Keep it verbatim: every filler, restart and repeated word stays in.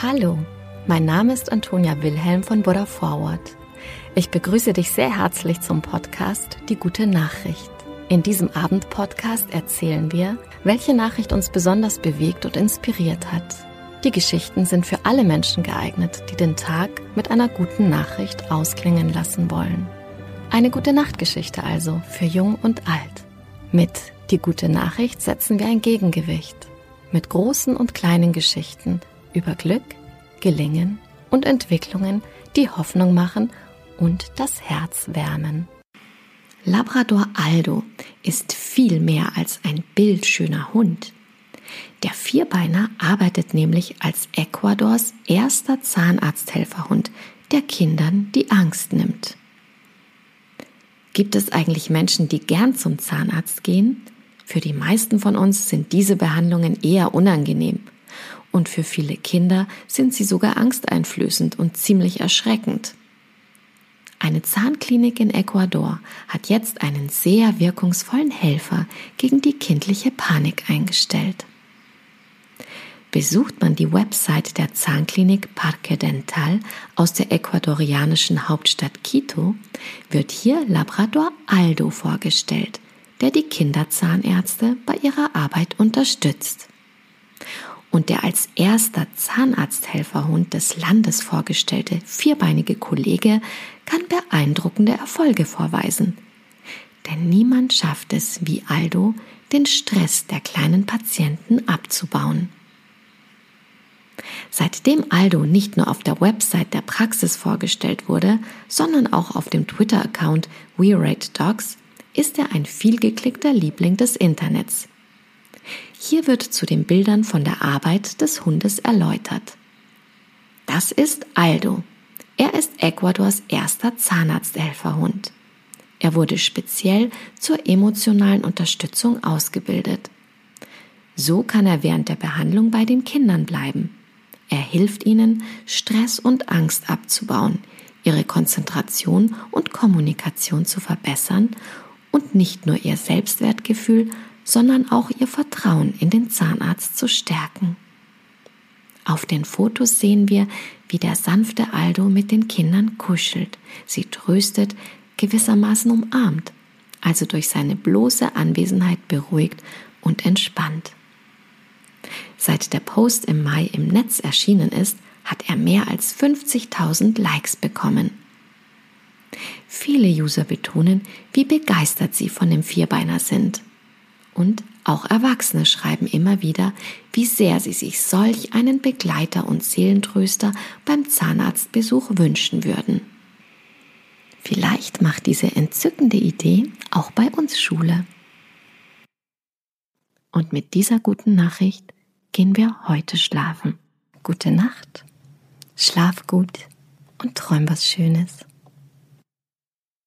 Hallo, mein Name ist Antonia Wilhelm von Buddha Forward. Ich begrüße dich sehr herzlich zum Podcast Die gute Nachricht. In diesem Abendpodcast erzählen wir, welche Nachricht uns besonders bewegt und inspiriert hat. Die Geschichten sind für alle Menschen geeignet, die den Tag mit einer guten Nachricht ausklingen lassen wollen. Eine gute Nachtgeschichte also für Jung und Alt. Mit Die gute Nachricht setzen wir ein Gegengewicht. Mit großen und kleinen Geschichten über Glück, Gelingen und Entwicklungen, die Hoffnung machen und das Herz wärmen. Labrador Aldo ist viel mehr als ein bildschöner Hund. Der Vierbeiner arbeitet nämlich als Ecuadors erster Zahnarzthelferhund, der Kindern die Angst nimmt. Gibt es eigentlich Menschen, die gern zum Zahnarzt gehen? Für die meisten von uns sind diese Behandlungen eher unangenehm. Und für viele Kinder sind sie sogar angsteinflößend und ziemlich erschreckend. Eine Zahnklinik in Ecuador hat jetzt einen sehr wirkungsvollen Helfer gegen die kindliche Panik eingestellt. Besucht man die Website der Zahnklinik Parque Dental aus der ecuadorianischen Hauptstadt Quito, wird hier Labrador Aldo vorgestellt, der die Kinderzahnärzte bei ihrer Arbeit unterstützt. Und der als erster Zahnarzthelferhund des Landes vorgestellte vierbeinige Kollege kann beeindruckende Erfolge vorweisen. Denn niemand schafft es wie Aldo, den Stress der kleinen Patienten abzubauen. Seitdem Aldo nicht nur auf der Website der Praxis vorgestellt wurde, sondern auch auf dem Twitter-Account We Rate Dogs, ist er ein vielgeklickter Liebling des Internets. Hier wird zu den Bildern von der Arbeit des Hundes erläutert. Das ist Aldo. Er ist Ecuadors erster Zahnarzthelferhund. Er wurde speziell zur emotionalen Unterstützung ausgebildet. So kann er während der Behandlung bei den Kindern bleiben. Er hilft ihnen, Stress und Angst abzubauen, ihre Konzentration und Kommunikation zu verbessern und nicht nur ihr Selbstwertgefühl, sondern auch ihr Vertrauen in den Zahnarzt zu stärken. Auf den Fotos sehen wir, wie der sanfte Aldo mit den Kindern kuschelt, sie tröstet, gewissermaßen umarmt, also durch seine bloße Anwesenheit beruhigt und entspannt. Seit der Post im Mai im Netz erschienen ist, hat er mehr als fünfzigtausend Likes bekommen. Viele User betonen, wie begeistert sie von dem Vierbeiner sind. Und auch Erwachsene schreiben immer wieder, wie sehr sie sich solch einen Begleiter und Seelentröster beim Zahnarztbesuch wünschen würden. Vielleicht macht diese entzückende Idee auch bei uns Schule. Und mit dieser guten Nachricht gehen wir heute schlafen. Gute Nacht, schlaf gut und träum was Schönes.